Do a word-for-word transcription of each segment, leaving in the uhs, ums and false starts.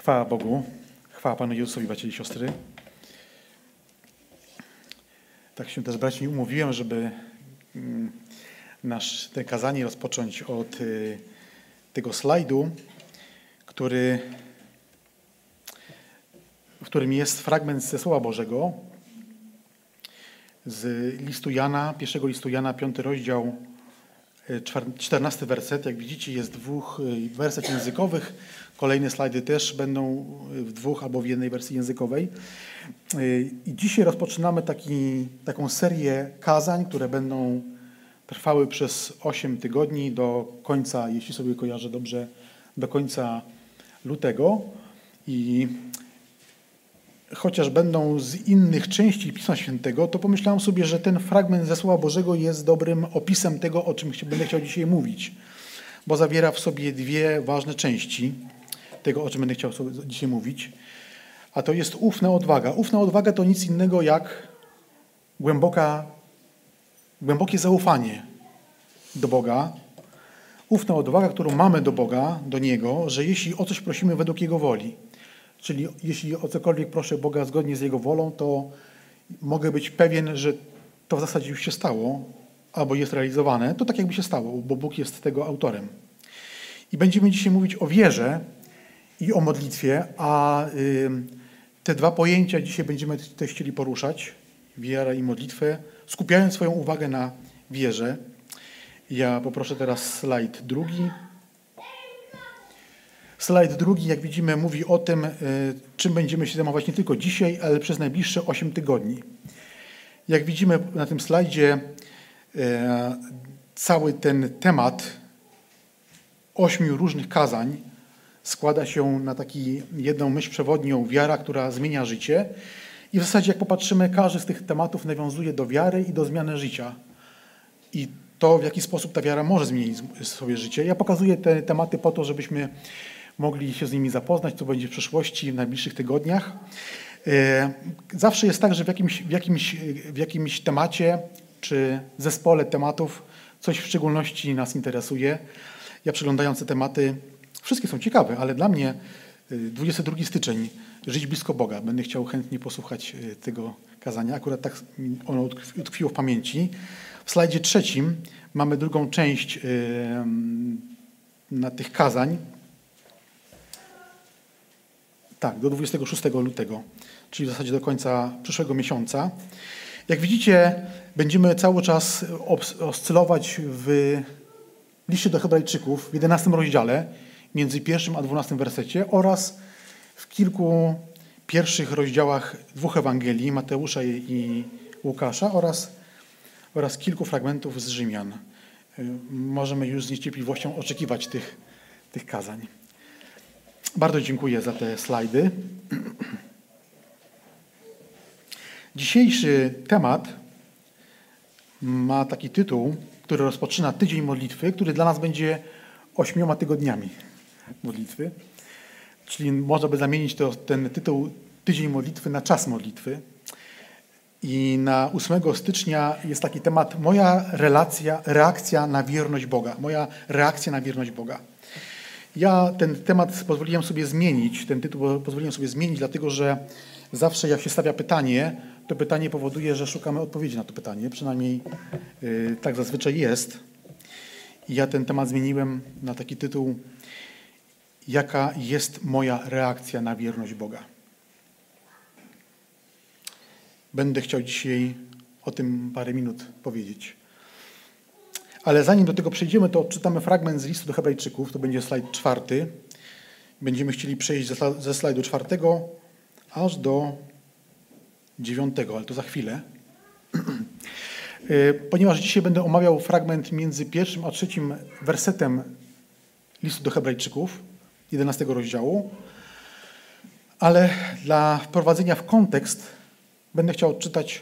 Chwała Bogu, chwała Panu Jezusowi, bracia i siostry. Tak się też z braćmi umówiłem, żeby nasz te kazanie rozpocząć od y, tego slajdu, który, w którym jest fragment ze Słowa Bożego z listu Jana, pierwszego listu Jana, piąty rozdział, czternasty werset. Jak widzicie, jest dwóch wersji językowych. Kolejne slajdy też będą w dwóch albo w jednej wersji językowej. I dzisiaj rozpoczynamy taki, taką serię kazań, które będą trwały przez osiem tygodni do końca, jeśli sobie kojarzę dobrze, do końca lutego. I chociaż będą z innych części Pisma Świętego, to pomyślałem sobie, że ten fragment ze Słowa Bożego jest dobrym opisem tego, o czym będę chciał dzisiaj mówić, bo zawiera w sobie dwie ważne części tego, o czym będę chciał sobie dzisiaj mówić, a to jest ufna odwaga. Ufna odwaga to nic innego jak głęboka, głębokie zaufanie do Boga, ufna odwaga, którą mamy do Boga, do Niego, że jeśli o coś prosimy według Jego woli, czyli jeśli o cokolwiek proszę Boga zgodnie z Jego wolą, to mogę być pewien, że to w zasadzie już się stało, albo jest realizowane. To tak jakby się stało, bo Bóg jest tego autorem. I będziemy dzisiaj mówić o wierze i o modlitwie, a y, te dwa pojęcia dzisiaj będziemy też chcieli poruszać, wiara i modlitwę, skupiając swoją uwagę na wierze. Ja poproszę teraz slajd drugi. Slajd drugi, jak widzimy, mówi o tym, czym będziemy się zajmować nie tylko dzisiaj, ale przez najbliższe osiem tygodni. Jak widzimy na tym slajdzie, cały ten temat ośmiu różnych kazań składa się na taki jedną myśl przewodnią, wiara, która zmienia życie. I w zasadzie, jak popatrzymy, każdy z tych tematów nawiązuje do wiary i do zmiany życia. I to, w jaki sposób ta wiara może zmienić swoje życie. Ja pokazuję te tematy po to, żebyśmy mogli się z nimi zapoznać, co będzie w przyszłości, w najbliższych tygodniach. Zawsze jest tak, że w jakimś, w jakimś, w jakimś temacie czy zespole tematów coś w szczególności nas interesuje. Ja przeglądając te tematy, wszystkie są ciekawe, ale dla mnie dwudziestego drugiego stycznia, żyć blisko Boga. Będę chciał chętnie posłuchać tego kazania. Akurat tak ono utkwiło w pamięci. W slajdzie trzecim mamy drugą część na tych kazań. Tak, do dwudziestego szóstego lutego, czyli w zasadzie do końca przyszłego miesiąca. Jak widzicie, będziemy cały czas oscylować w liście do Hebrajczyków w jedenastym rozdziale, między pierwszym a dwunastym wersecie oraz w kilku pierwszych rozdziałach dwóch Ewangelii, Mateusza i Łukasza oraz, oraz kilku fragmentów z Rzymian. Możemy już z niecierpliwością oczekiwać tych, tych kazań. Bardzo dziękuję za te slajdy. Dzisiejszy temat ma taki tytuł, który rozpoczyna tydzień modlitwy, który dla nas będzie ośmioma tygodniami modlitwy. Czyli można by zamienić to, ten tytuł tydzień modlitwy na czas modlitwy. I na ósmego stycznia jest taki temat moja relacja, reakcja na wierność Boga. Moja reakcja na wierność Boga. Ja ten temat pozwoliłem sobie zmienić, ten tytuł pozwoliłem sobie zmienić, dlatego że zawsze jak się stawia pytanie, to pytanie powoduje, że szukamy odpowiedzi na to pytanie. Przynajmniej yy, tak zazwyczaj jest. I ja ten temat zmieniłem na taki tytuł: jaka jest moja reakcja na wierność Boga? Będę chciał dzisiaj o tym parę minut powiedzieć. Ale zanim do tego przejdziemy, to odczytamy fragment z listu do Hebrajczyków. To będzie slajd czwarty. Będziemy chcieli przejść ze slajdu czwartego aż do dziewiątego, ale to za chwilę. Ponieważ dzisiaj będę omawiał fragment między pierwszym a trzecim wersetem listu do Hebrajczyków, jedenastego rozdziału, ale dla wprowadzenia w kontekst będę chciał odczytać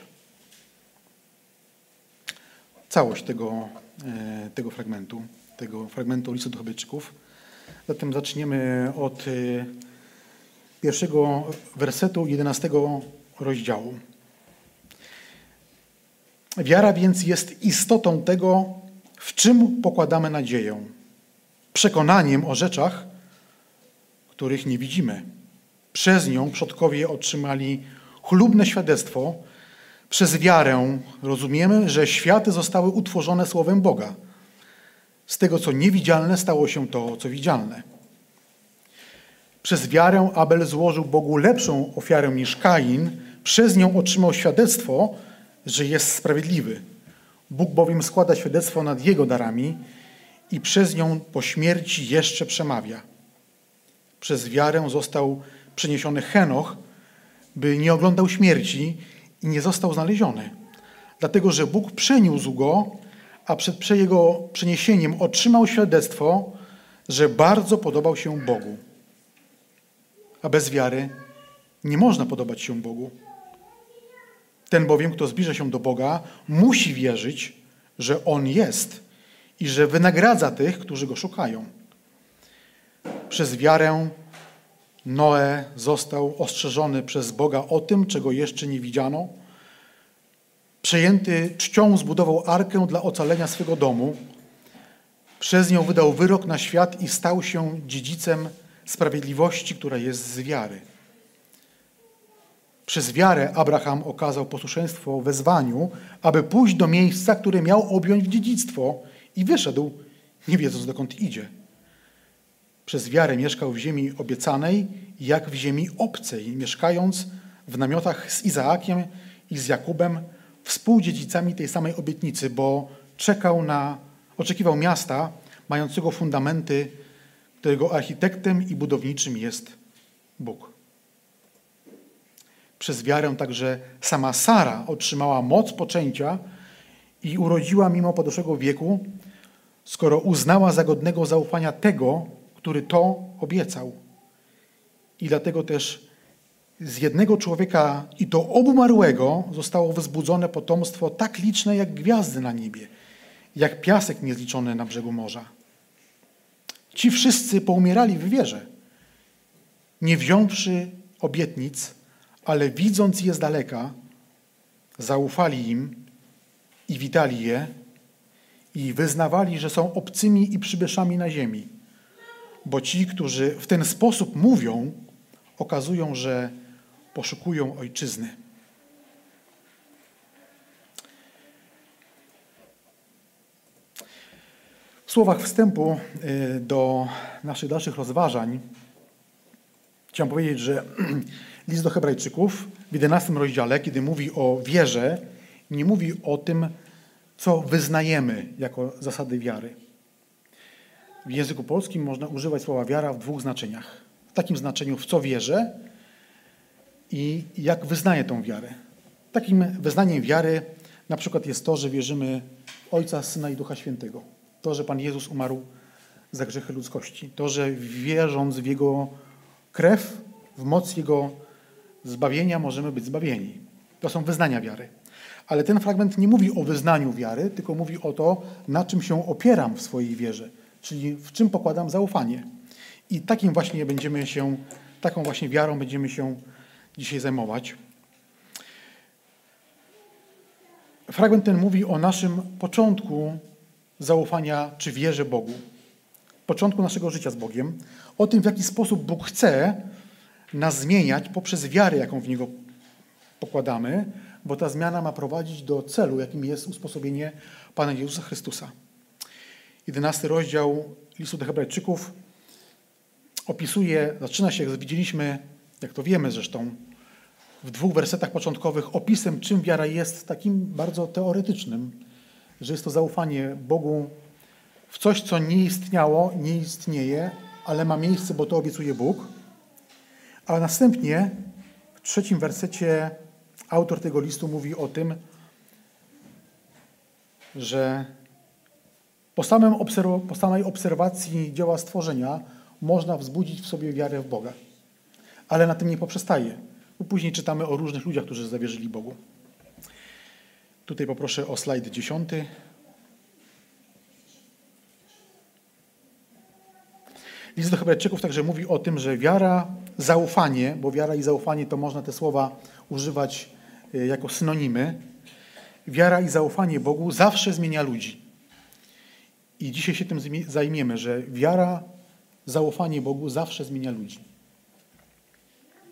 całość tego, tego fragmentu, tego fragmentu listu do Hebrajczyków. Zatem zaczniemy od pierwszego wersetu jedenastego rozdziału. Wiara więc jest istotą tego, w czym pokładamy nadzieję, przekonaniem o rzeczach, których nie widzimy. Przez nią przodkowie otrzymali chlubne świadectwo. Przez wiarę rozumiemy, że światy zostały utworzone słowem Boga. Z tego, co niewidzialne, stało się to, co widzialne. Przez wiarę Abel złożył Bogu lepszą ofiarę niż Kain. Przez nią otrzymał świadectwo, że jest sprawiedliwy. Bóg bowiem składa świadectwo nad jego darami i przez nią po śmierci jeszcze przemawia. Przez wiarę został przeniesiony Henoch, by nie oglądał śmierci i nie został znaleziony. Dlatego, że Bóg przeniósł go, a przed jego przeniesieniem otrzymał świadectwo, że bardzo podobał się Bogu. A bez wiary nie można podobać się Bogu. Ten bowiem, kto zbliża się do Boga, musi wierzyć, że On jest i że wynagradza tych, którzy Go szukają. Przez wiarę Noe został ostrzeżony przez Boga o tym, czego jeszcze nie widziano. Przejęty czcią zbudował arkę dla ocalenia swego domu. Przez nią wydał wyrok na świat i stał się dziedzicem sprawiedliwości, która jest z wiary. Przez wiarę Abraham okazał posłuszeństwo wezwaniu, aby pójść do miejsca, które miał objąć w dziedzictwo i wyszedł, nie wiedząc dokąd idzie. Przez wiarę mieszkał w ziemi obiecanej, jak w ziemi obcej, mieszkając w namiotach z Izaakiem i z Jakubem, współdziedzicami tej samej obietnicy, bo czekał na, oczekiwał miasta mającego fundamenty, którego architektem i budowniczym jest Bóg. Przez wiarę także sama Sara otrzymała moc poczęcia i urodziła mimo podeszłego wieku, skoro uznała za godnego zaufania tego, który to obiecał. I dlatego też z jednego człowieka, i to obumarłego, zostało wzbudzone potomstwo tak liczne jak gwiazdy na niebie, jak piasek niezliczony na brzegu morza. Ci wszyscy poumierali w wierze, nie wziąwszy obietnic, ale widząc je z daleka, zaufali im i witali je i wyznawali, że są obcymi i przybyszami na ziemi. Bo ci, którzy w ten sposób mówią, okazują, że poszukują ojczyzny. W słowach wstępu do naszych dalszych rozważań chciałem powiedzieć, że list do Hebrajczyków w jedenastym rozdziale, kiedy mówi o wierze, nie mówi o tym, co wyznajemy jako zasady wiary. W języku polskim można używać słowa wiara w dwóch znaczeniach. W takim znaczeniu, w co wierzę i jak wyznaję tą wiarę. Takim wyznaniem wiary na przykład jest to, że wierzymy w Ojca, Syna i Ducha Świętego. To, że Pan Jezus umarł za grzechy ludzkości. To, że wierząc w Jego krew, w moc Jego zbawienia możemy być zbawieni. To są wyznania wiary. Ale ten fragment nie mówi o wyznaniu wiary, tylko mówi o to, na czym się opieram w swojej wierze. Czyli w czym pokładam zaufanie. I takim właśnie będziemy się, taką właśnie wiarą będziemy się dzisiaj zajmować. Fragment ten mówi o naszym początku zaufania czy wierze Bogu. Początku naszego życia z Bogiem. O tym, w jaki sposób Bóg chce nas zmieniać poprzez wiarę, jaką w Niego pokładamy, bo ta zmiana ma prowadzić do celu, jakim jest usposobienie Pana Jezusa Chrystusa. Jedenasty rozdział listu do Hebrajczyków opisuje, zaczyna się, jak widzieliśmy, jak to wiemy zresztą, w dwóch wersetach początkowych opisem, czym wiara jest, takim bardzo teoretycznym, że jest to zaufanie Bogu w coś, co nie istniało, nie istnieje, ale ma miejsce, bo to obiecuje Bóg. A następnie w trzecim wersecie autor tego listu mówi o tym, że po, samym obserw- po samej obserwacji dzieła stworzenia można wzbudzić w sobie wiarę w Boga. Ale na tym nie poprzestaje, bo później czytamy o różnych ludziach, którzy zawierzyli Bogu. Tutaj poproszę o slajd dziesiąty. List do Hebrajczyków także mówi o tym, że wiara, zaufanie, bo wiara i zaufanie to można te słowa używać jako synonimy. Wiara i zaufanie Bogu zawsze zmienia ludzi. I dzisiaj się tym zajmiemy, że wiara, zaufanie Bogu zawsze zmienia ludzi.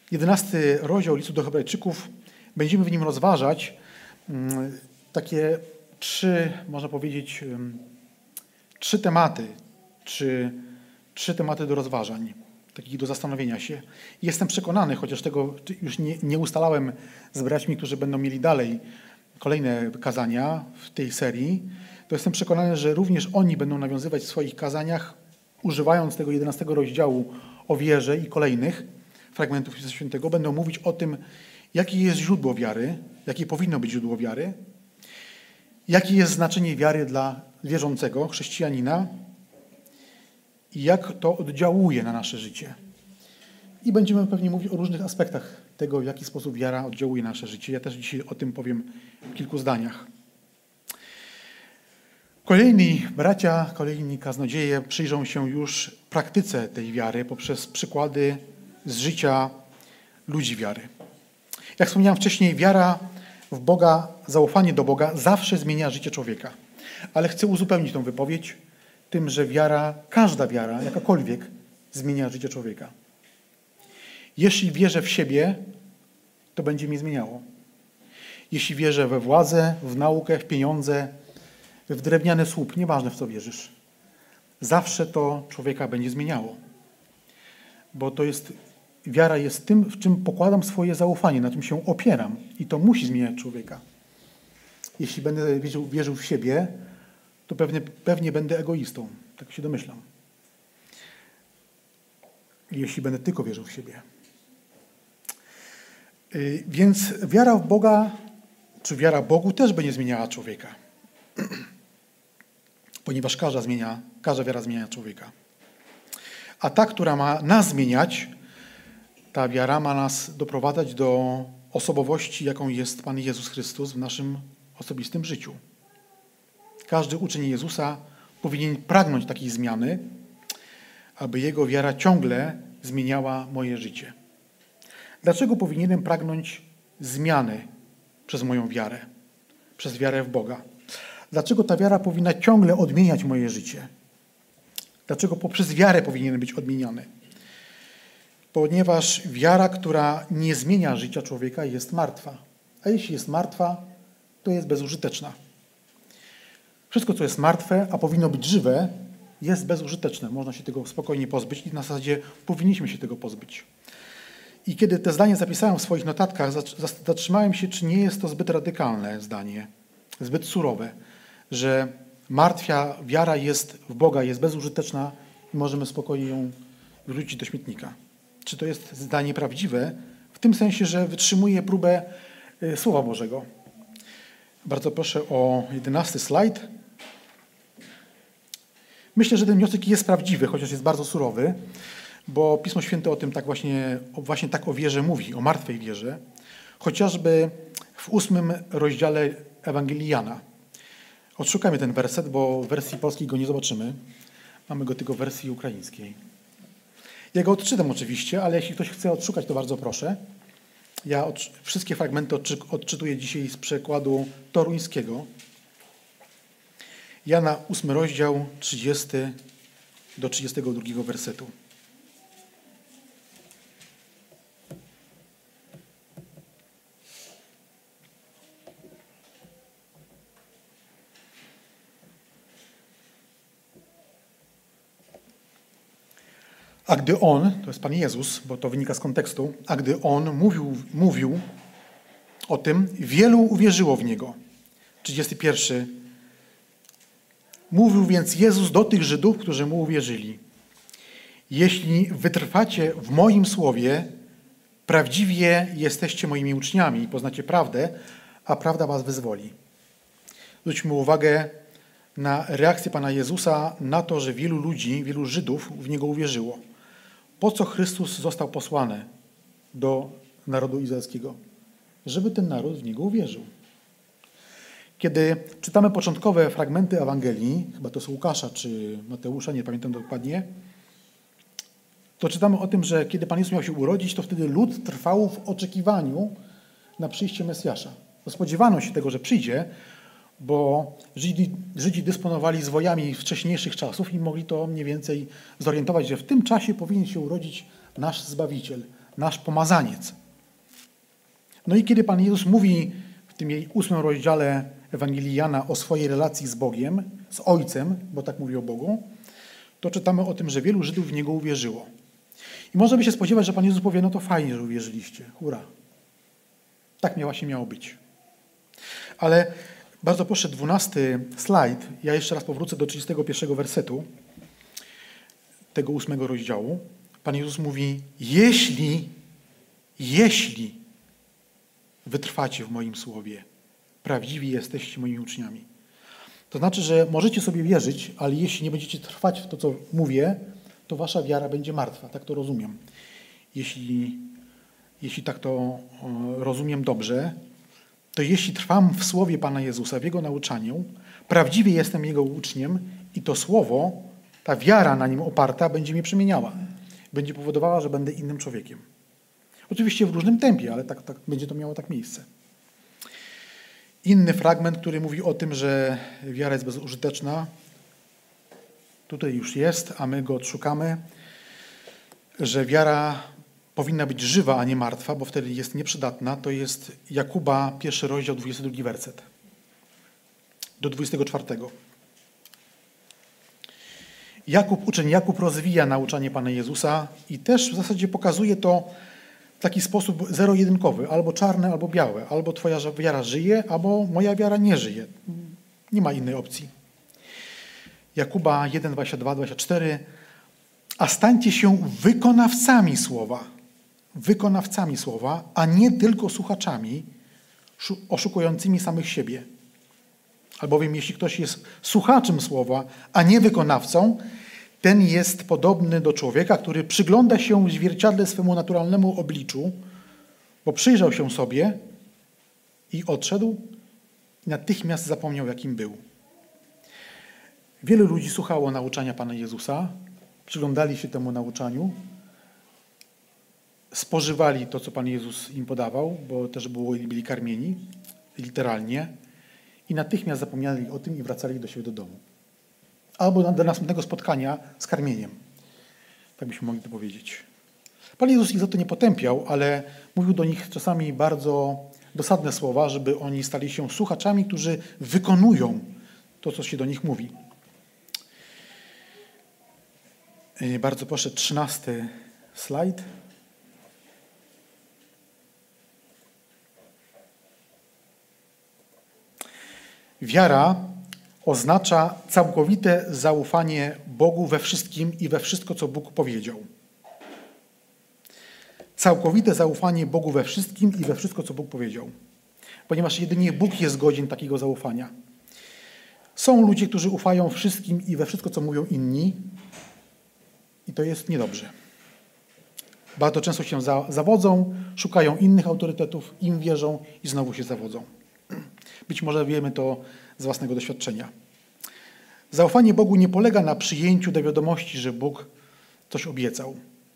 jedenasty rozdział listu do Hebrajczyków. Będziemy w nim rozważać takie trzy, można powiedzieć, trzy tematy, czy trzy tematy do rozważań, takich do zastanowienia się. I jestem przekonany, chociaż tego już nie, nie ustalałem z braćmi, którzy będą mieli dalej kolejne kazania w tej serii, to jestem przekonany, że również oni będą nawiązywać w swoich kazaniach, używając tego jedenastego rozdziału o wierze i kolejnych fragmentów Pisma Świętego, będą mówić o tym, jakie jest źródło wiary, jakie powinno być źródło wiary, jakie jest znaczenie wiary dla wierzącego, chrześcijanina i jak to oddziałuje na nasze życie. I będziemy pewnie mówić o różnych aspektach tego, w jaki sposób wiara oddziałuje na nasze życie. Ja też dzisiaj o tym powiem w kilku zdaniach. Kolejni bracia, kolejni kaznodzieje przyjrzą się już praktyce tej wiary poprzez przykłady z życia ludzi wiary. Jak wspomniałem wcześniej, wiara w Boga, zaufanie do Boga zawsze zmienia życie człowieka. Ale chcę uzupełnić tę wypowiedź tym, że wiara, każda wiara, jakakolwiek, zmienia życie człowieka. Jeśli wierzę w siebie, to będzie mnie zmieniało. Jeśli wierzę we władzę, w naukę, w pieniądze, w drewniany słup, nieważne w co wierzysz, zawsze to człowieka będzie zmieniało. Bo to jest, wiara jest tym, w czym pokładam swoje zaufanie, na czym się opieram. I to musi zmieniać człowieka. Jeśli będę wierzył, wierzył w siebie, to pewnie, pewnie będę egoistą. Tak się domyślam. Jeśli będę tylko wierzył w siebie. Yy, więc wiara w Boga, czy wiara Bogu też będzie zmieniała człowieka. Ponieważ każda, zmienia, każda wiara zmienia człowieka. A ta, która ma nas zmieniać, ta wiara ma nas doprowadzać do osobowości, jaką jest Pan Jezus Chrystus w naszym osobistym życiu. Każdy uczeń Jezusa powinien pragnąć takiej zmiany, aby jego wiara ciągle zmieniała moje życie. Dlaczego powinienem pragnąć zmiany przez moją wiarę, przez wiarę w Boga? Dlaczego ta wiara powinna ciągle odmieniać moje życie? Dlaczego poprzez wiarę powinienem być odmieniany? Ponieważ wiara, która nie zmienia życia człowieka, jest martwa. A jeśli jest martwa, to jest bezużyteczna. Wszystko, co jest martwe, a powinno być żywe, jest bezużyteczne. Można się tego spokojnie pozbyć i na zasadzie powinniśmy się tego pozbyć. I kiedy te zdanie zapisałem w swoich notatkach, zatrzymałem się, czy nie jest to zbyt radykalne zdanie, zbyt surowe, że martwa wiara jest w Boga, jest bezużyteczna i możemy spokojnie ją wrzucić do śmietnika. Czy to jest zdanie prawdziwe? W tym sensie, że wytrzymuje próbę Słowa Bożego. Bardzo proszę o jedenasty slajd. Myślę, że ten wniosek jest prawdziwy, chociaż jest bardzo surowy, bo Pismo Święte o tym tak właśnie, właśnie tak o wierze mówi, o martwej wierze. Chociażby w ósmym rozdziale Ewangelii Jana. Odszukajmy ten werset, bo w wersji polskiej go nie zobaczymy. Mamy go tylko w wersji ukraińskiej. Ja go odczytam oczywiście, ale jeśli ktoś chce odszukać, to bardzo proszę. Ja od, wszystkie fragmenty odczy, odczytuję dzisiaj z przekładu toruńskiego. Jana ósmy rozdział, trzydziesty do trzydziestego drugiego wersetu. A gdy On, to jest Pan Jezus, bo to wynika z kontekstu, a gdy On mówił, mówił o tym, wielu uwierzyło w Niego. trzydziesty pierwszy. Mówił więc Jezus do tych Żydów, którzy Mu uwierzyli. Jeśli wytrwacie w moim słowie, prawdziwie jesteście moimi uczniami i poznacie prawdę, a prawda was wyzwoli. Zwróćmy uwagę na reakcję Pana Jezusa na to, że wielu ludzi, wielu Żydów w Niego uwierzyło. Po co Chrystus został posłany do narodu izraelskiego? Żeby ten naród w Niego uwierzył. Kiedy czytamy początkowe fragmenty Ewangelii, chyba to są Łukasza czy Mateusza, nie pamiętam dokładnie, to czytamy o tym, że kiedy Pan Jezus miał się urodzić, to wtedy lud trwał w oczekiwaniu na przyjście Mesjasza. Bo spodziewano się tego, że przyjdzie, bo Żydzi, Żydzi dysponowali zwojami wcześniejszych czasów i mogli to mniej więcej zorientować, że w tym czasie powinien się urodzić nasz Zbawiciel, nasz pomazaniec. No i kiedy Pan Jezus mówi w tym jej ósmym rozdziale Ewangelii Jana o swojej relacji z Bogiem, z Ojcem, bo tak mówi o Bogu, to czytamy o tym, że wielu Żydów w Niego uwierzyło. I można by się spodziewać, że Pan Jezus powie, no to fajnie, że uwierzyliście, hurra. Tak miało się miało być. Ale bardzo proszę, dwunasty slajd, ja jeszcze raz powrócę do trzydziestego pierwszego wersetu tego ósmego rozdziału. Pan Jezus mówi, jeśli, jeśli wytrwacie w moim słowie, prawdziwi jesteście moimi uczniami. To znaczy, że możecie sobie wierzyć, ale jeśli nie będziecie trwać w to, co mówię, to wasza wiara będzie martwa. Tak to rozumiem. Jeśli, jeśli tak to rozumiem dobrze, to jeśli trwam w słowie Pana Jezusa, w Jego nauczaniu, prawdziwie jestem Jego uczniem i to słowo, ta wiara na nim oparta będzie mnie przemieniała. Będzie powodowała, że będę innym człowiekiem. Oczywiście w różnym tempie, ale tak, tak, będzie to miało tak miejsce. Inny fragment, który mówi o tym, że wiara jest bezużyteczna, tutaj już jest, a my go odszukamy, że wiara powinna być żywa, a nie martwa, bo wtedy jest nieprzydatna. To jest Jakuba, pierwszy rozdział, dwudziesty drugi werset. Do dwudziestego czwartego. Jakub, uczeń Jakub rozwija nauczanie Pana Jezusa i też w zasadzie pokazuje to w taki sposób zero-jedynkowy, albo czarne, albo białe. Albo twoja wiara żyje, albo moja wiara nie żyje. Nie ma innej opcji. Jakuba jeden, dwadzieścia dwa, dwadzieścia cztery. A stańcie się wykonawcami słowa. Wykonawcami słowa, a nie tylko słuchaczami oszukującymi samych siebie. Albowiem jeśli ktoś jest słuchaczem słowa, a nie wykonawcą, ten jest podobny do człowieka, który przygląda się w zwierciadle swemu naturalnemu obliczu, bo przyjrzał się sobie i odszedł i natychmiast zapomniał, jakim był. Wielu ludzi słuchało nauczania Pana Jezusa, przyglądali się temu nauczaniu, spożywali to, co Pan Jezus im podawał, bo też było, byli karmieni, literalnie, i natychmiast zapomnieli o tym i wracali do siebie do domu. Albo do następnego spotkania z karmieniem. Tak byśmy mogli to powiedzieć. Pan Jezus ich za to nie potępiał, ale mówił do nich czasami bardzo dosadne słowa, żeby oni stali się słuchaczami, którzy wykonują to, co się do nich mówi. Bardzo proszę, trzynasty slajd. Wiara oznacza całkowite zaufanie Bogu we wszystkim i we wszystko, co Bóg powiedział. Całkowite zaufanie Bogu we wszystkim i we wszystko, co Bóg powiedział. Ponieważ jedynie Bóg jest godzien takiego zaufania. Są ludzie, którzy ufają wszystkim i we wszystko, co mówią inni, i to jest niedobrze. Bardzo często się za, zawodzą, szukają innych autorytetów, im wierzą i znowu się zawodzą. Być może wiemy to z własnego doświadczenia. Zaufanie Bogu nie polega na przyjęciu do wiadomości, że Bóg coś obiecał.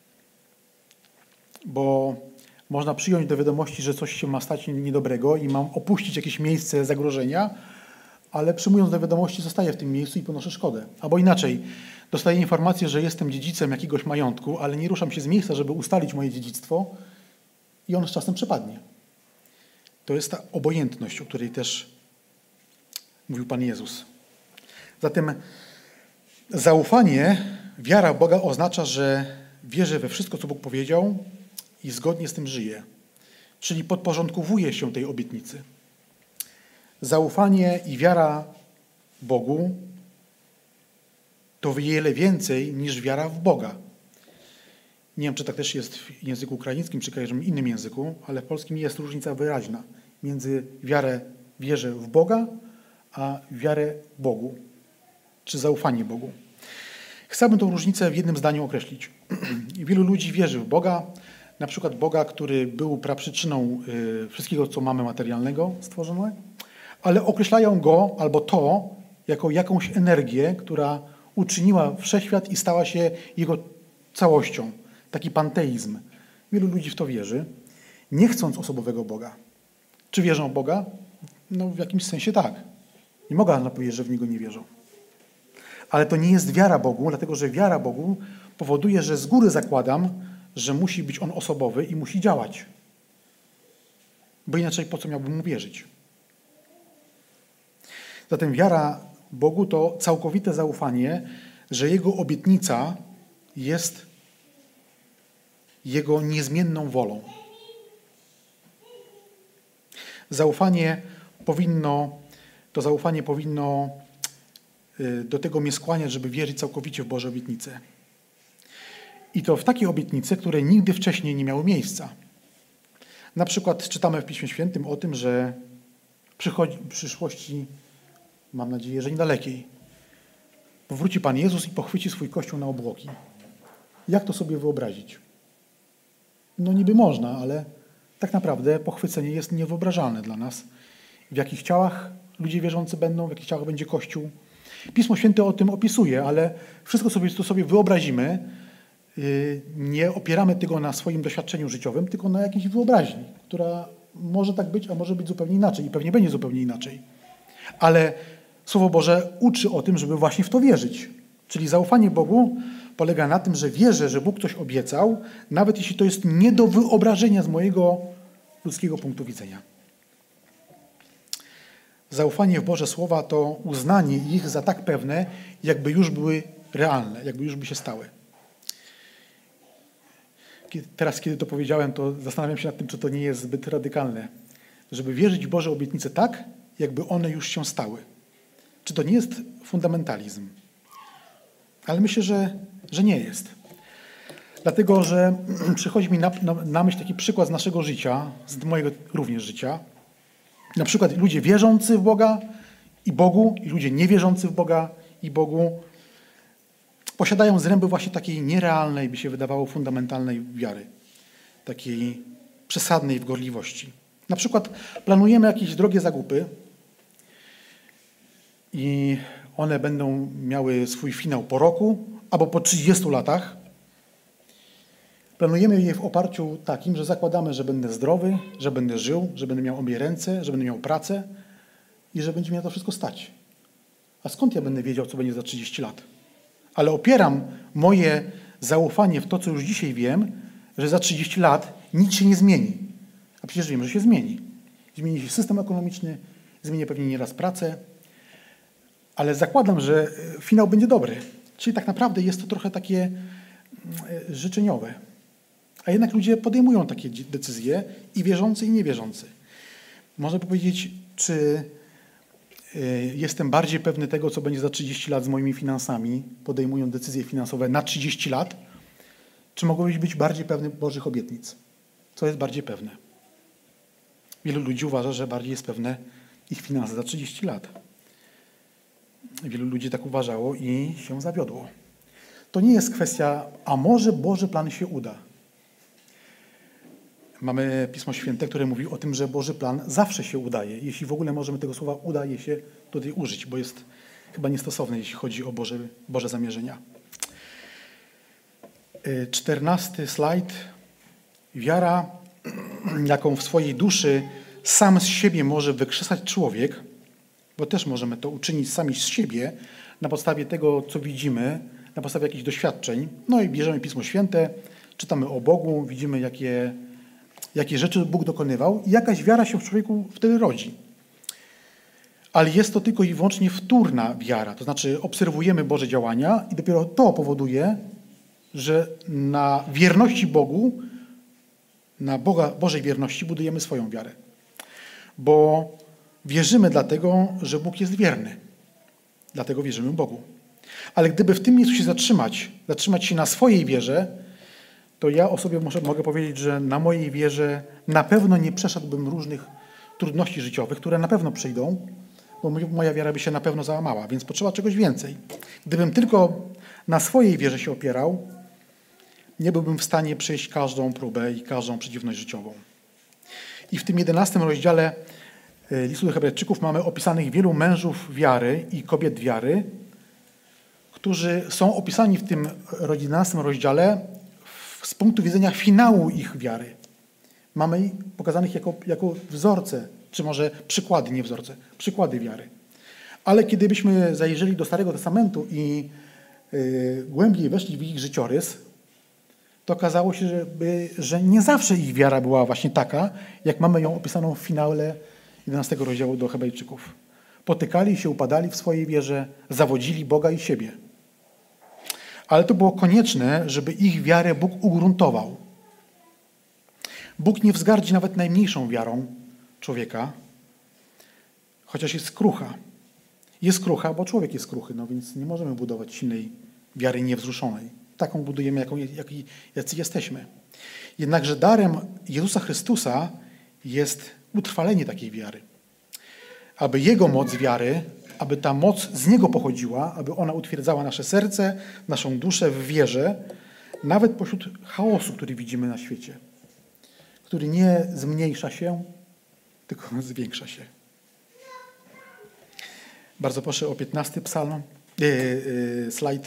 Bo można przyjąć do wiadomości, że coś się ma stać niedobrego i mam opuścić jakieś miejsce zagrożenia, ale przyjmując do wiadomości zostaję w tym miejscu i ponoszę szkodę. Albo inaczej, dostaję informację, że jestem dziedzicem jakiegoś majątku, ale nie ruszam się z miejsca, żeby ustalić moje dziedzictwo i on z czasem przepadnie. To jest ta obojętność, o której też mówił Pan Jezus. Zatem zaufanie, wiara w Boga oznacza, że wierzę we wszystko, co Bóg powiedział i zgodnie z tym żyję. Czyli podporządkowuję się tej obietnicy. Zaufanie i wiara Bogu to wiele więcej niż wiara w Boga. Nie wiem, czy tak też jest w języku ukraińskim, czy każdym innym języku, ale w polskim jest różnica wyraźna między wiarę, wierzę w Boga, a wiarę Bogu, czy zaufanie Bogu. Chciałbym tą różnicę w jednym zdaniu określić. Wielu ludzi wierzy w Boga, na przykład Boga, który był praprzyczyną wszystkiego, co mamy materialnego stworzone, ale określają Go albo to jako jakąś energię, która uczyniła wszechświat i stała się Jego całością. Taki panteizm. Wielu ludzi w to wierzy, nie chcąc osobowego Boga. Czy wierzą w Boga? No w jakimś sensie tak. Nie mogę powiedzieć, że w Niego nie wierzą. Ale to nie jest wiara Bogu, dlatego że wiara Bogu powoduje, że z góry zakładam, że musi być on osobowy i musi działać. Bo inaczej po co miałbym mu wierzyć? Zatem wiara Bogu to całkowite zaufanie, że Jego obietnica jest Jego niezmienną wolą. Zaufanie powinno, to zaufanie powinno do tego mnie skłaniać, żeby wierzyć całkowicie w Boże obietnice. I to w takie obietnice, które nigdy wcześniej nie miały miejsca. Na przykład czytamy w Piśmie Świętym o tym, że przychodzi, w przyszłości, mam nadzieję, że niedalekiej, powróci Pan Jezus i pochwyci swój Kościół na obłoki. Jak to sobie wyobrazić? No niby można, ale tak naprawdę pochwycenie jest niewyobrażalne dla nas. W jakich ciałach ludzie wierzący będą, w jakich ciałach będzie Kościół. Pismo Święte o tym opisuje, ale wszystko sobie, to sobie wyobrazimy. Nie opieramy tego na swoim doświadczeniu życiowym, tylko na jakiejś wyobraźni, która może tak być, a może być zupełnie inaczej i pewnie będzie zupełnie inaczej. Ale Słowo Boże uczy o tym, żeby właśnie w to wierzyć. Czyli zaufanie Bogu polega na tym, że wierzę, że Bóg coś obiecał, nawet jeśli to jest nie do wyobrażenia z mojego ludzkiego punktu widzenia. Zaufanie w Boże Słowa to uznanie ich za tak pewne, jakby już były realne, jakby już by się stały. Teraz, kiedy to powiedziałem, to zastanawiam się nad tym, czy to nie jest zbyt radykalne. Żeby wierzyć w Boże obietnice tak, jakby one już się stały. Czy to nie jest fundamentalizm? Ale myślę, że, że nie jest. Dlatego, że przychodzi mi na, na, na myśl taki przykład z naszego życia, z mojego również życia. Na przykład ludzie wierzący w Boga i Bogu, i ludzie niewierzący w Boga i Bogu posiadają zręby właśnie takiej nierealnej, by się wydawało, fundamentalnej wiary. Takiej przesadnej w gorliwości. Na przykład planujemy jakieś drogie zakupy i one będą miały swój finał po roku albo po trzydziestu latach. Planujemy je w oparciu takim, że zakładamy, że będę zdrowy, że będę żył, że będę miał obie ręce, że będę miał pracę i że będzie mnie na to wszystko stać. A skąd ja będę wiedział, co będzie za trzydzieści lat? Ale opieram moje zaufanie w to, co już dzisiaj wiem, że za trzydzieści lat nic się nie zmieni. A przecież wiem, że się zmieni. Zmieni się system ekonomiczny, zmieni pewnie nieraz pracę, ale zakładam, że finał będzie dobry. Czyli tak naprawdę jest to trochę takie życzeniowe. A jednak ludzie podejmują takie decyzje i wierzący, i niewierzący. Można powiedzieć, czy jestem bardziej pewny tego, co będzie za trzydzieści lat z moimi finansami, podejmując decyzje finansowe na trzydzieści lat, czy mogłeś być bardziej pewny Bożych obietnic? Co jest bardziej pewne? Wielu ludzi uważa, że bardziej jest pewne ich finanse za trzydzieści lat. Wielu ludzi tak uważało i się zawiodło. To nie jest kwestia, a może Boży plan się uda. Mamy Pismo Święte, które mówi o tym, że Boży plan zawsze się udaje. Jeśli w ogóle możemy tego słowa udaje się tutaj użyć, bo jest chyba niestosowne, jeśli chodzi o Boże, Boże zamierzenia. Czternasty slajd. Wiara, jaką w swojej duszy sam z siebie może wykrzesać człowiek, bo też możemy to uczynić sami z siebie na podstawie tego, co widzimy, na podstawie jakichś doświadczeń. No i bierzemy Pismo Święte, czytamy o Bogu, widzimy, jakie, jakie rzeczy Bóg dokonywał i jakaś wiara się w człowieku wtedy rodzi. Ale jest to tylko i wyłącznie wtórna wiara, to znaczy obserwujemy Boże działania i dopiero to powoduje, że na wierności Bogu, na Boga, Bożej wierności budujemy swoją wiarę. Bo wierzymy dlatego, że Bóg jest wierny. Dlatego wierzymy Bogu. Ale gdyby w tym miejscu się zatrzymać, zatrzymać się na swojej wierze, to ja o sobie może, mogę powiedzieć, że na mojej wierze na pewno nie przeszedłbym różnych trudności życiowych, które na pewno przyjdą, bo moja wiara by się na pewno załamała, więc potrzeba czegoś więcej. Gdybym tylko na swojej wierze się opierał, nie byłbym w stanie przejść każdą próbę i każdą przeciwność życiową. I w tym jedenastym rozdziale listu do Hebrajczyków mamy opisanych wielu mężów wiary i kobiet wiary, którzy są opisani w tym jedenastym rozdziale z punktu widzenia finału ich wiary. Mamy ich pokazanych jako, jako wzorce, czy może przykłady, nie wzorce, przykłady wiary. Ale kiedy byśmy zajrzeli do Starego Testamentu i y, głębiej weszli w ich życiorys, to okazało się, że, by, że nie zawsze ich wiara była właśnie taka, jak mamy ją opisaną w finale jedenastego rozdziału do Hebrajczyków. Potykali się, upadali w swojej wierze, zawodzili Boga i siebie. Ale to było konieczne, żeby ich wiarę Bóg ugruntował. Bóg nie wzgardzi nawet najmniejszą wiarą człowieka, chociaż jest krucha. Jest krucha, bo człowiek jest kruchy, no więc nie możemy budować silnej wiary niewzruszonej. Taką budujemy, jaką, jak, jacy jesteśmy. Jednakże darem Jezusa Chrystusa jest utrwalenie takiej wiary. Aby Jego moc wiary, aby ta moc z Niego pochodziła, aby ona utwierdzała nasze serce, naszą duszę w wierze, nawet pośród chaosu, który widzimy na świecie, który nie zmniejsza się, tylko zwiększa się. Bardzo proszę o piętnasty psalm, yy, yy, slajd.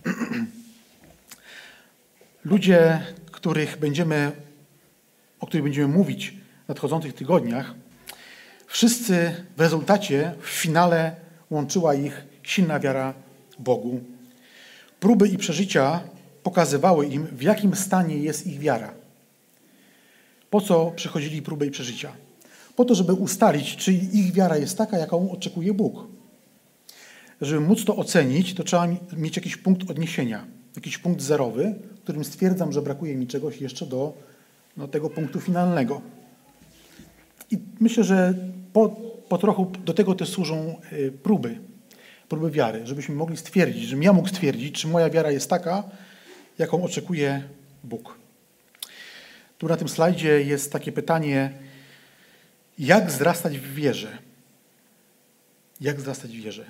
Ludzie, których będziemy, o których będziemy mówić w nadchodzących tygodniach, wszyscy w rezultacie, w finale łączyła ich silna wiara Bogu. Próby i przeżycia pokazywały im, w jakim stanie jest ich wiara. Po co przychodzili próby i przeżycia? Po to, żeby ustalić, czy ich wiara jest taka, jaką oczekuje Bóg. Żeby móc to ocenić, to trzeba mieć jakiś punkt odniesienia, jakiś punkt zerowy, w którym stwierdzam, że brakuje mi czegoś jeszcze do, do tego punktu finalnego. I myślę, że po, po trochu do tego też służą próby, próby wiary, żebyśmy mogli stwierdzić, żebym ja mógł stwierdzić, czy moja wiara jest taka, jaką oczekuje Bóg. Tu na tym slajdzie jest takie pytanie, jak wzrastać w wierze? Jak wzrastać w wierze?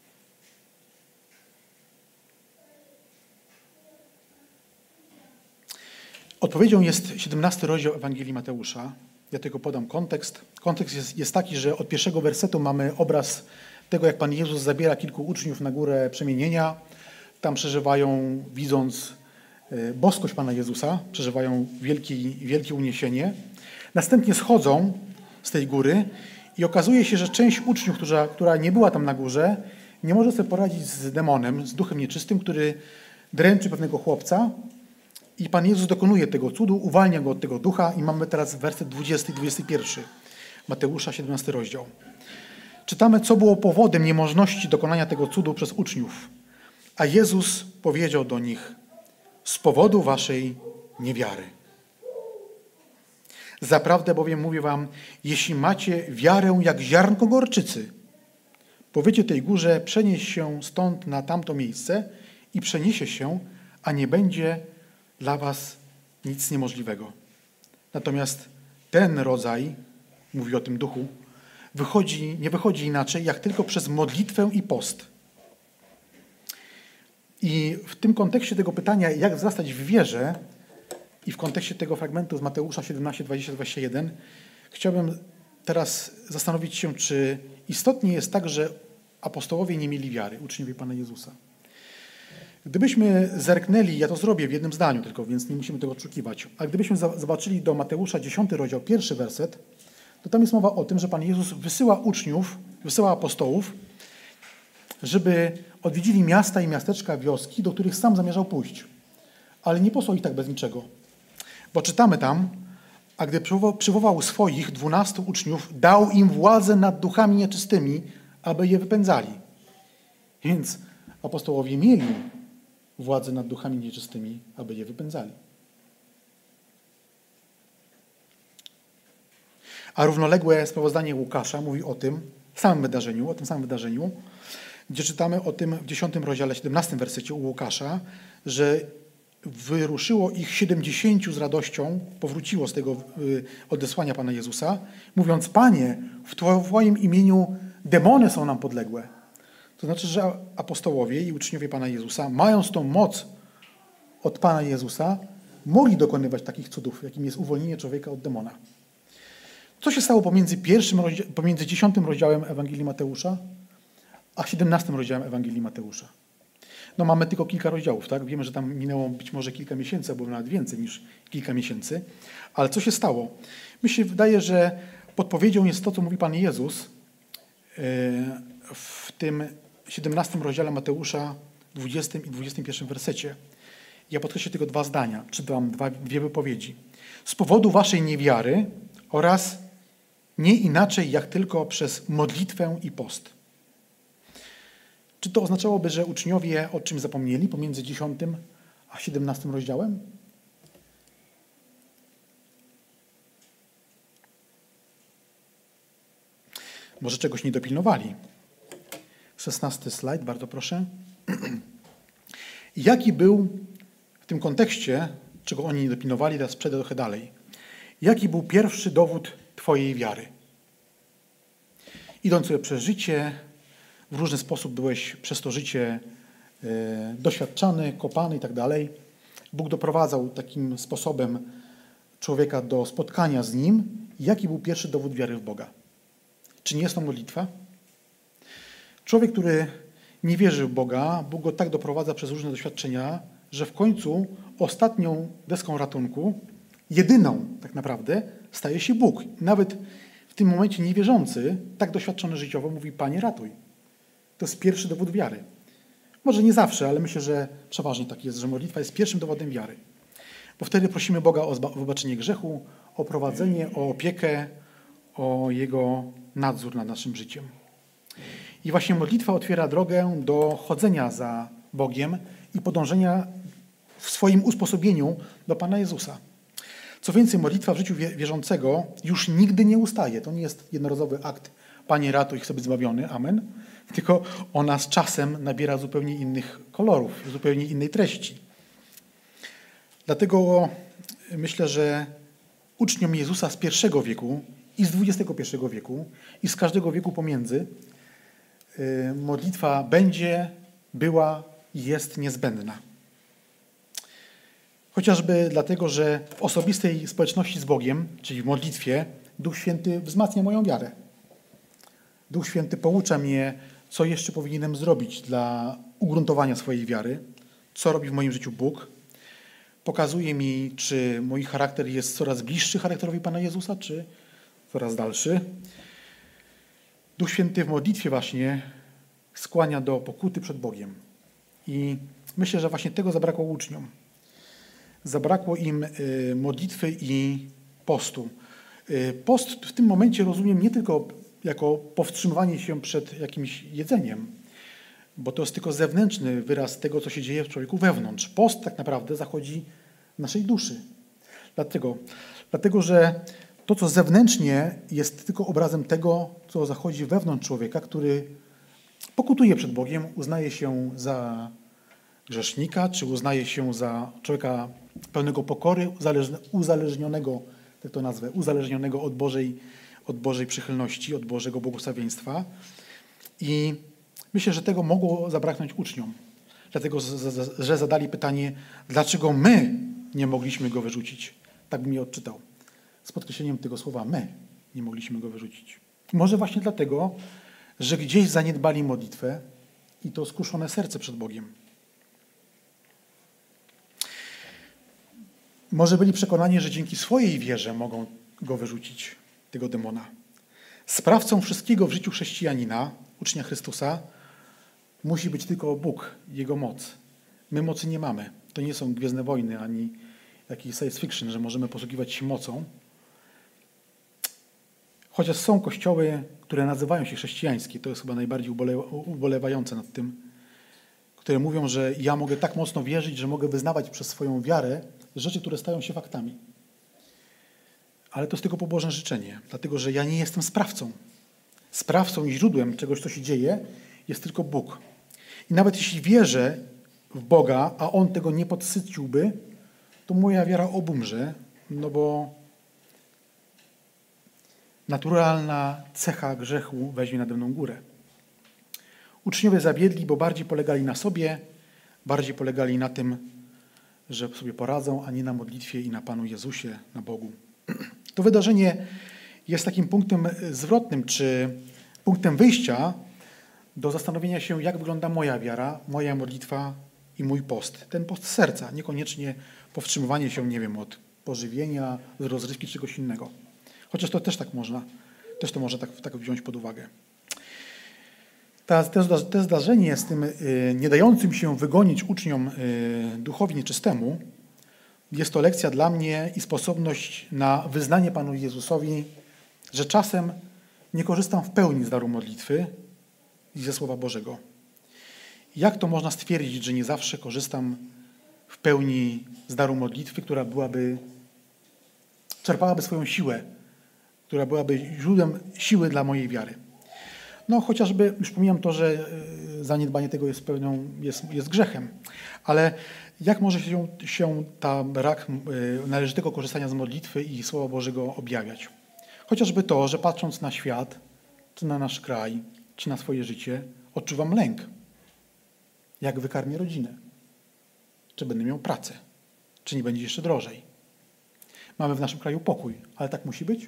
Odpowiedzią jest siedemnasty rozdział Ewangelii Mateusza. Ja tylko podam kontekst. Kontekst jest, jest taki, że od pierwszego wersetu mamy obraz tego, jak Pan Jezus zabiera kilku uczniów na górę przemienienia. Tam przeżywają, widząc boskość Pana Jezusa, przeżywają wielkie, wielkie uniesienie. Następnie schodzą z tej góry i okazuje się, że część uczniów, która, która nie była tam na górze, nie może sobie poradzić z demonem, z duchem nieczystym, który dręczy pewnego chłopca. I Pan Jezus dokonuje tego cudu, uwalnia go od tego ducha i mamy teraz werset dwudziesty i dwudziesty pierwszy. Mateusza, siedemnasty rozdział. Czytamy, co było powodem niemożności dokonania tego cudu przez uczniów. A Jezus powiedział do nich, z powodu waszej niewiary. Zaprawdę bowiem mówię wam, jeśli macie wiarę jak ziarnko gorczycy, powiecie tej górze, przenieś się stąd na tamto miejsce i przeniesie się, a nie będzie dla was nic niemożliwego. Natomiast ten rodzaj, mówi o tym duchu, wychodzi, nie wychodzi inaczej, jak tylko przez modlitwę i post. I w tym kontekście tego pytania, jak wzrastać w wierze, i w kontekście tego fragmentu z Mateusza siedemnaście, dwadzieścia, dwadzieścia jeden, chciałbym teraz zastanowić się, czy istotnie jest tak, że apostołowie nie mieli wiary, uczniowie Pana Jezusa. Gdybyśmy zerknęli, ja to zrobię w jednym zdaniu tylko, więc nie musimy tego odszukiwać, a gdybyśmy zobaczyli do Mateusza dziesiąty rozdział, pierwszy werset, to tam jest mowa o tym, że Pan Jezus wysyła uczniów, wysyła apostołów, żeby odwiedzili miasta i miasteczka, wioski, do których sam zamierzał pójść. Ale nie posłał ich tak bez niczego. Bo czytamy tam, a gdy przywołał swoich dwunastu uczniów, dał im władzę nad duchami nieczystymi, aby je wypędzali. Więc apostołowie mieli władzę nad duchami nieczystymi, aby je wypędzali. A równoległe sprawozdanie Łukasza mówi o tym samym wydarzeniu, o tym samym wydarzeniu, gdzie czytamy o tym w dziesiątym rozdziale, siedemnastym wersecie u Łukasza, że wyruszyło ich siedemdziesięciu z radością, powróciło z tego odesłania Pana Jezusa, mówiąc, Panie, w Twoim imieniu demony są nam podległe. To znaczy, że apostołowie i uczniowie Pana Jezusa, mając tą moc od Pana Jezusa, mogli dokonywać takich cudów, jakim jest uwolnienie człowieka od demona. Co się stało pomiędzy pierwszym, pomiędzy dziesiątym rozdziałem Ewangelii Mateusza, a siedemnastym rozdziałem Ewangelii Mateusza? No mamy tylko kilka rozdziałów, tak? Wiemy, że tam minęło być może kilka miesięcy, albo nawet więcej niż kilka miesięcy. Ale co się stało? Mi się wydaje, że podpowiedzią jest to, co mówi Pan Jezus w tym siedemnastym rozdziale Mateusza, dwudziestym i dwudziestym pierwszym wersecie. Ja podkreślę tylko dwa zdania, czy dam dwa, dwie wypowiedzi. Z powodu waszej niewiary oraz nie inaczej jak tylko przez modlitwę i post. Czy to oznaczałoby, że uczniowie o czym zapomnieli pomiędzy dziesiątym a siedemnastym rozdziałem? Może czegoś nie dopilnowali. Szesnasty slajd, bardzo proszę. Jaki był w tym kontekście, czego oni nie dopilnowali, teraz przejdę trochę dalej. Jaki był pierwszy dowód twojej wiary? Idąc sobie przez życie, w różny sposób byłeś przez to życie e, doświadczany, kopany i tak dalej. Bóg doprowadzał takim sposobem człowieka do spotkania z Nim. Jaki był pierwszy dowód wiary w Boga? Czy nie jest to modlitwa? Człowiek, który nie wierzy w Boga, Bóg go tak doprowadza przez różne doświadczenia, że w końcu ostatnią deską ratunku, jedyną tak naprawdę, staje się Bóg. Nawet w tym momencie niewierzący, tak doświadczony życiowo, mówi: Panie, ratuj. To jest pierwszy dowód wiary. Może nie zawsze, ale myślę, że przeważnie tak jest, że modlitwa jest pierwszym dowodem wiary. Bo wtedy prosimy Boga o wybaczenie grzechu, o prowadzenie, o opiekę, o Jego nadzór nad naszym życiem. I właśnie modlitwa otwiera drogę do chodzenia za Bogiem i podążenia w swoim usposobieniu do Pana Jezusa. Co więcej, modlitwa w życiu wierzącego już nigdy nie ustaje. To nie jest jednorazowy akt: Panie, ratuj, chcę być zbawiony, amen. Tylko ona z czasem nabiera zupełnie innych kolorów, zupełnie innej treści. Dlatego myślę, że uczniom Jezusa z pierwszego wieku i z dwudziestego pierwszego wieku i z każdego wieku pomiędzy modlitwa będzie, była i jest niezbędna. Chociażby dlatego, że w osobistej społeczności z Bogiem, czyli w modlitwie, Duch Święty wzmacnia moją wiarę. Duch Święty poucza mnie, co jeszcze powinienem zrobić dla ugruntowania swojej wiary, co robi w moim życiu Bóg. Pokazuje mi, czy mój charakter jest coraz bliższy charakterowi Pana Jezusa, czy coraz dalszy. Duch Święty w modlitwie właśnie skłania do pokuty przed Bogiem. I myślę, że właśnie tego zabrakło uczniom. Zabrakło im modlitwy i postu. Post w tym momencie rozumiem nie tylko jako powstrzymywanie się przed jakimś jedzeniem, bo to jest tylko zewnętrzny wyraz tego, co się dzieje w człowieku wewnątrz. Post tak naprawdę zachodzi w naszej duszy. Dlatego, dlatego że to, co zewnętrznie, jest tylko obrazem tego, co zachodzi wewnątrz człowieka, który pokutuje przed Bogiem, uznaje się za grzesznika, czy uznaje się za człowieka pełnego pokory, uzależnionego, tak to nazwę, uzależnionego od Bożej, od Bożej przychylności, od Bożego błogosławieństwa. I myślę, że tego mogło zabraknąć uczniom. Dlatego, że zadali pytanie, dlaczego my nie mogliśmy go wyrzucić. Tak bym je odczytał. Z podkreśleniem tego słowa my nie mogliśmy go wyrzucić. Może właśnie dlatego, że gdzieś zaniedbali modlitwę i to skruszone serce przed Bogiem. Może byli przekonani, że dzięki swojej wierze mogą go wyrzucić, tego demona. Sprawcą wszystkiego w życiu chrześcijanina, ucznia Chrystusa, musi być tylko Bóg, Jego moc. My mocy nie mamy. To nie są Gwiezdne Wojny, ani jakiś science fiction, że możemy posługiwać się mocą. Chociaż są kościoły, które nazywają się chrześcijańskie, to jest chyba najbardziej ubolewające nad tym, które mówią, że ja mogę tak mocno wierzyć, że mogę wyznawać przez swoją wiarę rzeczy, które stają się faktami. Ale to jest tylko pobożne życzenie, dlatego że ja nie jestem sprawcą. Sprawcą i źródłem czegoś, co się dzieje, jest tylko Bóg. I nawet jeśli wierzę w Boga, a On tego nie podsyciłby, to moja wiara obumrze, no bo naturalna cecha grzechu weźmie nade mną górę. Uczniowie zabiedli, bo bardziej polegali na sobie, bardziej polegali na tym, że sobie poradzą, a nie na modlitwie i na Panu Jezusie, na Bogu. To wydarzenie jest takim punktem zwrotnym, czy punktem wyjścia do zastanowienia się, jak wygląda moja wiara, moja modlitwa i mój post. Ten post serca, niekoniecznie powstrzymywanie się, nie wiem, od pożywienia, z rozrywki, czegoś innego. Chociaż to też tak można, też to można tak, tak wziąć pod uwagę. Ta, to, to zdarzenie z tym y, nie dającym się wygonić uczniom y, duchowi nieczystemu jest to lekcja dla mnie i sposobność na wyznanie Panu Jezusowi, że czasem nie korzystam w pełni z daru modlitwy i ze Słowa Bożego. Jak to można stwierdzić, że nie zawsze korzystam w pełni z daru modlitwy, która byłaby, czerpałaby swoją siłę, która byłaby źródłem siły dla mojej wiary? No chociażby, już pomijam to, że zaniedbanie tego jest pewną, jest, jest grzechem, ale jak może się, się ta brak należytego korzystania z modlitwy i Słowa Bożego objawiać? Chociażby to, że patrząc na świat, czy na nasz kraj, czy na swoje życie, odczuwam lęk. Jak wykarmię rodzinę? Czy będę miał pracę? Czy nie będzie jeszcze drożej? Mamy w naszym kraju pokój, ale tak musi być?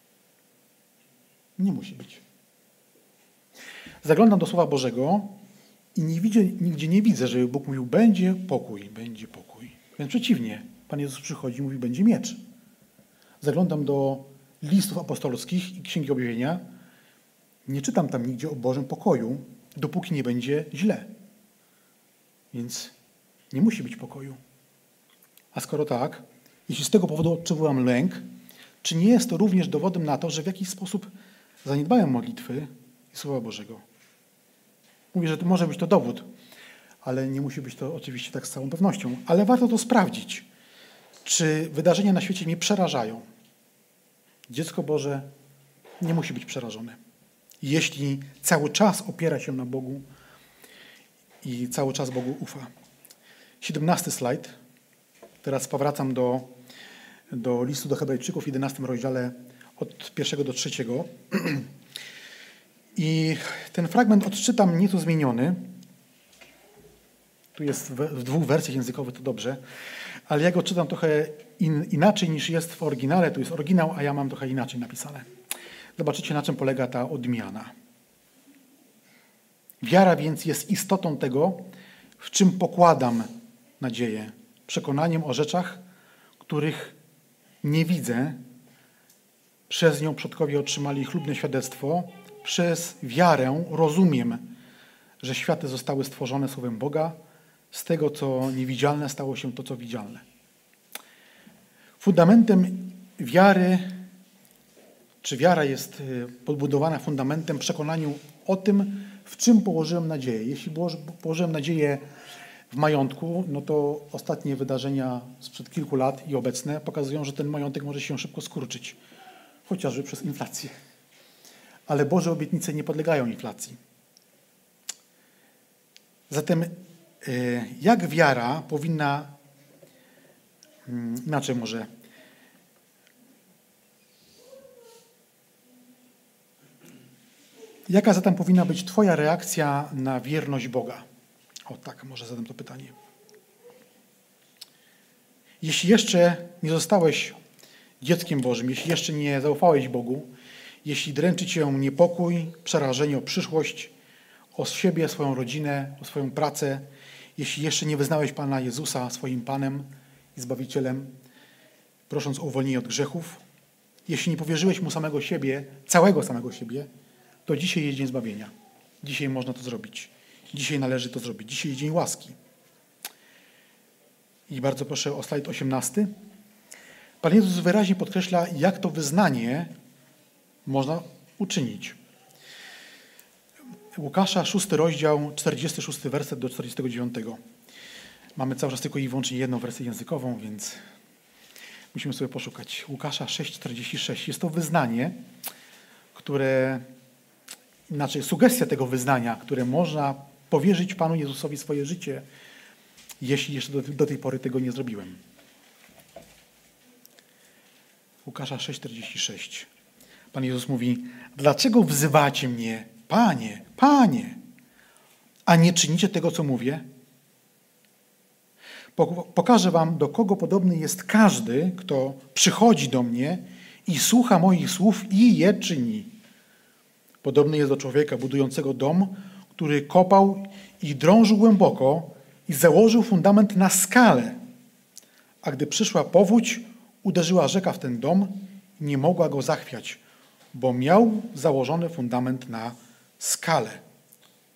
Nie musi być. Zaglądam do Słowa Bożego i nie widzę, nigdzie nie widzę, żeby Bóg mówił, będzie pokój, będzie pokój. Wręcz przeciwnie, Pan Jezus przychodzi i mówi, będzie miecz. Zaglądam do listów apostolskich i Księgi Objawienia, nie czytam tam nigdzie o Bożym pokoju, dopóki nie będzie źle. Więc nie musi być pokoju. A skoro tak, jeśli z tego powodu odczuwam lęk, czy nie jest to również dowodem na to, że w jakiś sposób zaniedbałem modlitwy i Słowa Bożego? Mówię, że to może być to dowód, ale nie musi być to oczywiście tak z całą pewnością. Ale warto to sprawdzić, czy wydarzenia na świecie mnie przerażają. Dziecko Boże nie musi być przerażone. Jeśli cały czas opiera się na Bogu i cały czas Bogu ufa. Siedemnasty slajd. Teraz powracam do, do listu do Hebrajczyków w jedenastym rozdziale od pierwszego do trzeciego. I ten fragment odczytam nieco zmieniony. Tu jest w, w dwóch wersjach językowych, to dobrze. Ale ja go czytam trochę in, inaczej niż jest w oryginale. Tu jest oryginał, a ja mam trochę inaczej napisane. Zobaczycie, na czym polega ta odmiana. Wiara więc jest istotą tego, w czym pokładam nadzieję. Przekonaniem o rzeczach, których nie widzę. Przez nią przodkowie otrzymali chlubne świadectwo. Przez wiarę rozumiem, że światy zostały stworzone słowem Boga. Z tego, co niewidzialne, stało się to, co widzialne. Fundamentem wiary, czy wiara jest podbudowana fundamentem przekonaniu o tym, w czym położyłem nadzieję. Jeśli położyłem nadzieję w majątku, no to ostatnie wydarzenia sprzed kilku lat i obecne pokazują, że ten majątek może się szybko skurczyć, chociażby przez inflację. Ale Boże obietnice nie podlegają inflacji. Zatem jak wiara powinna, inaczej może, jaka zatem powinna być Twoja reakcja na wierność Boga? O tak, może zadam to pytanie. Jeśli jeszcze nie zostałeś dzieckiem Bożym, jeśli jeszcze nie zaufałeś Bogu, jeśli dręczy Cię niepokój, przerażenie o przyszłość, o siebie, swoją rodzinę, o swoją pracę, jeśli jeszcze nie wyznałeś Pana Jezusa swoim Panem i Zbawicielem, prosząc o uwolnienie od grzechów, jeśli nie powierzyłeś Mu samego siebie, całego samego siebie, to dzisiaj jest dzień zbawienia. Dzisiaj można to zrobić. Dzisiaj należy to zrobić. Dzisiaj jest dzień łaski. I bardzo proszę o slajd osiemnasty. Pan Jezus wyraźnie podkreśla, jak to wyznanie można uczynić. Łukasza, szósty rozdział, czterdziesty szósty werset do czterdziestego dziewiątego. Mamy cały czas tylko i wyłącznie jedną wersję językową, więc musimy sobie poszukać. Łukasza sześć czterdzieści sześć. Jest to wyznanie, które, inaczej sugestia tego wyznania, które można powierzyć Panu Jezusowi swoje życie, jeśli jeszcze do, do tej pory tego nie zrobiłem. Łukasza sześć czterdzieści sześć. Pan Jezus mówi, dlaczego wzywacie mnie, Panie, Panie, a nie czynicie tego, co mówię? Pokażę wam, do kogo podobny jest każdy, kto przychodzi do mnie i słucha moich słów i je czyni. Podobny jest do człowieka budującego dom, który kopał i drążył głęboko i założył fundament na skale. A gdy przyszła powódź, uderzyła rzeka w ten dom i nie mogła go zachwiać, bo miał założony fundament na skale.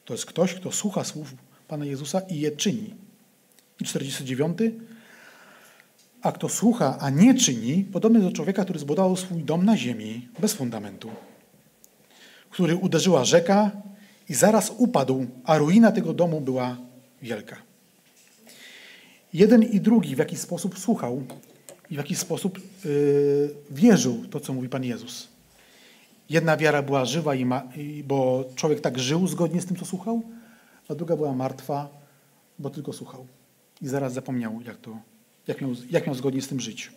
To jest ktoś, kto słucha słów Pana Jezusa i je czyni. I czterdziesty dziewiąty. A kto słucha, a nie czyni, podobny do człowieka, który zbudował swój dom na ziemi bez fundamentu, który uderzyła rzeka i zaraz upadł, a ruina tego domu była wielka. Jeden i drugi w jakiś sposób słuchał i w jakiś sposób yy, wierzył to, co mówi Pan Jezus. Jedna wiara była żywa, i ma, i, bo człowiek tak żył zgodnie z tym, co słuchał, a druga była martwa, bo tylko słuchał. I zaraz zapomniał, jak, to, jak, miał, jak miał zgodnie z tym żyć.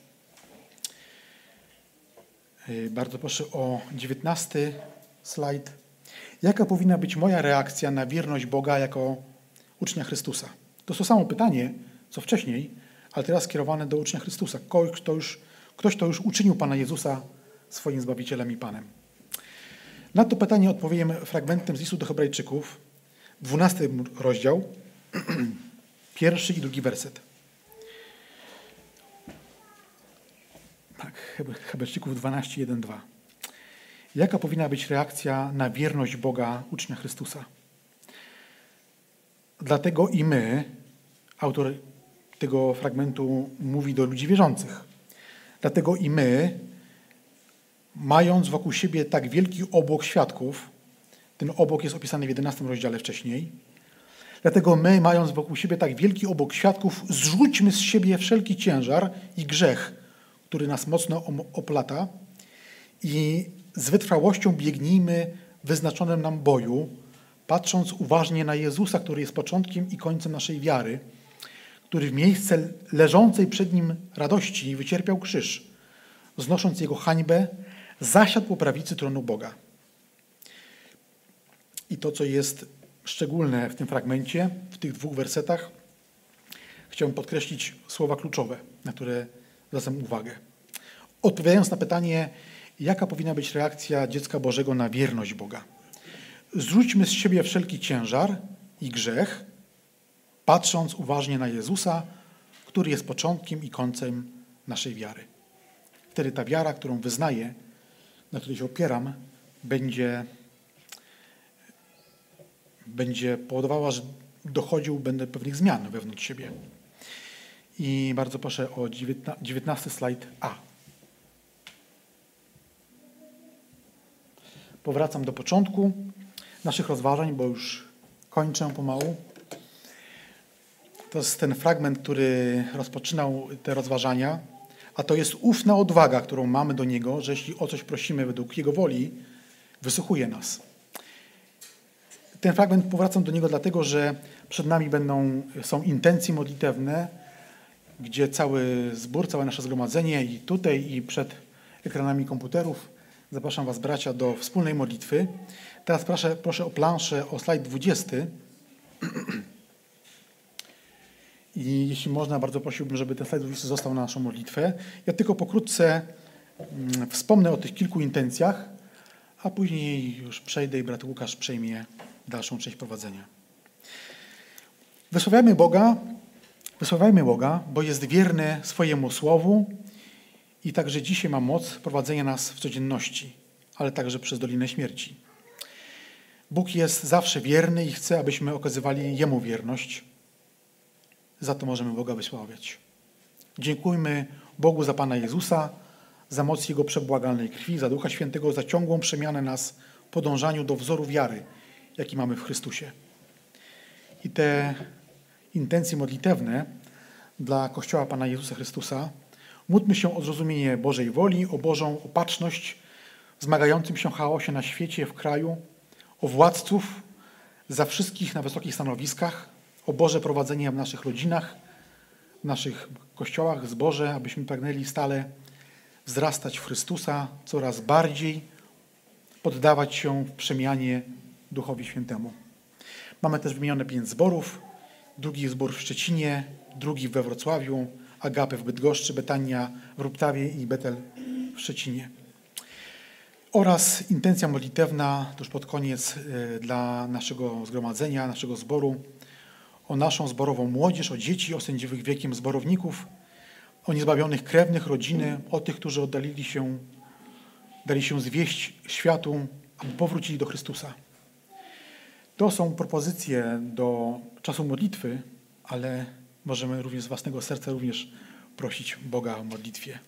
Yy, bardzo proszę o dziewiętnasty slajd. Jaka powinna być moja reakcja na wierność Boga jako ucznia Chrystusa? To jest to samo pytanie, co wcześniej, ale teraz skierowane do ucznia Chrystusa. Ktoś, kto już, ktoś, kto już uczynił Pana Jezusa swoim Zbawicielem i Panem. Na to pytanie odpowiem fragmentem z listu do Hebrajczyków, dwunasty rozdział, pierwszy i drugi werset. Tak, Hebrajczyków dwanaście, jeden, dwa. Jaka powinna być reakcja na wierność Boga ucznia Chrystusa? Dlatego i my, autor tego fragmentu mówi do ludzi wierzących, dlatego i my, mając wokół siebie tak wielki obłok świadków, ten obłok jest opisany w jedenastym rozdziale wcześniej, dlatego my, mając wokół siebie tak wielki obłok świadków, zrzućmy z siebie wszelki ciężar i grzech, który nas mocno oplata, i z wytrwałością biegnijmy w wyznaczonym nam boju, patrząc uważnie na Jezusa, który jest początkiem i końcem naszej wiary, który w miejsce leżącej przed Nim radości wycierpiał krzyż, znosząc Jego hańbę, zasiadł po prawicy tronu Boga. I to, co jest szczególne w tym fragmencie, w tych dwóch wersetach, chciałbym podkreślić słowa kluczowe, na które zwracam uwagę. Odpowiadając na pytanie, jaka powinna być reakcja dziecka Bożego na wierność Boga? Zrzućmy z siebie wszelki ciężar i grzech, patrząc uważnie na Jezusa, który jest początkiem i końcem naszej wiary. Wtedy ta wiara, którą wyznaję, na której się opieram, będzie, będzie powodowała, że dochodził będę pewnych zmian wewnątrz siebie. I bardzo proszę o dziewiętnasty slajd A. Powracam do początku naszych rozważań, bo już kończę pomału. To jest ten fragment, który rozpoczynał te rozważania, a to jest ufna odwaga, którą mamy do Niego, że jeśli o coś prosimy według Jego woli, wysłuchuje nas. Ten fragment, powracam do niego dlatego, że przed nami będą, są intencje modlitewne, gdzie cały zbór, całe nasze zgromadzenie i tutaj, i przed ekranami komputerów zapraszam Was, bracia, do wspólnej modlitwy. Teraz proszę, proszę o planszę, o slajd dwudziesty. I jeśli można, bardzo prosiłbym, żeby ten slajd dwudziesty został na naszą modlitwę. Ja tylko pokrótce mm, wspomnę o tych kilku intencjach, a później już przejdę i brat Łukasz przejmie dalszą część prowadzenia. Wysławiajmy Boga, wysławiajmy Boga, bo jest wierny swojemu słowu i także dzisiaj ma moc prowadzenia nas w codzienności, ale także przez Dolinę Śmierci. Bóg jest zawsze wierny i chce, abyśmy okazywali Jemu wierność. Za to możemy Boga wysławiać. Dziękujmy Bogu za Pana Jezusa, za moc Jego przebłagalnej krwi, za Ducha Świętego, za ciągłą przemianę nas w podążaniu do wzoru wiary, jaki mamy w Chrystusie. I te intencje modlitewne dla Kościoła Pana Jezusa Chrystusa, módlmy się o zrozumienie Bożej woli, o Bożą opatrzność w zmagającym się chaosie na świecie, w kraju, o władców, za wszystkich na wysokich stanowiskach, o Boże prowadzenie w naszych rodzinach, w naszych kościołach, w zborze, abyśmy pragnęli stale wzrastać w Chrystusa, coraz bardziej poddawać się w przemianie Duchowi Świętemu. Mamy też wymienione pięć zborów. Drugi zbór w Szczecinie, drugi we Wrocławiu, Agape w Bydgoszczy, Betania w Ruptawie i Betel w Szczecinie. Oraz intencja modlitewna, tuż pod koniec, dla naszego zgromadzenia, naszego zboru, o naszą zborową młodzież, o dzieci, o sędziwych wiekiem zborowników, o niezbawionych krewnych, rodziny, o tych, którzy oddalili się, dali się zwieść światu, aby powrócili do Chrystusa. To są propozycje do czasu modlitwy, ale możemy również z własnego serca również prosić Boga o modlitwie.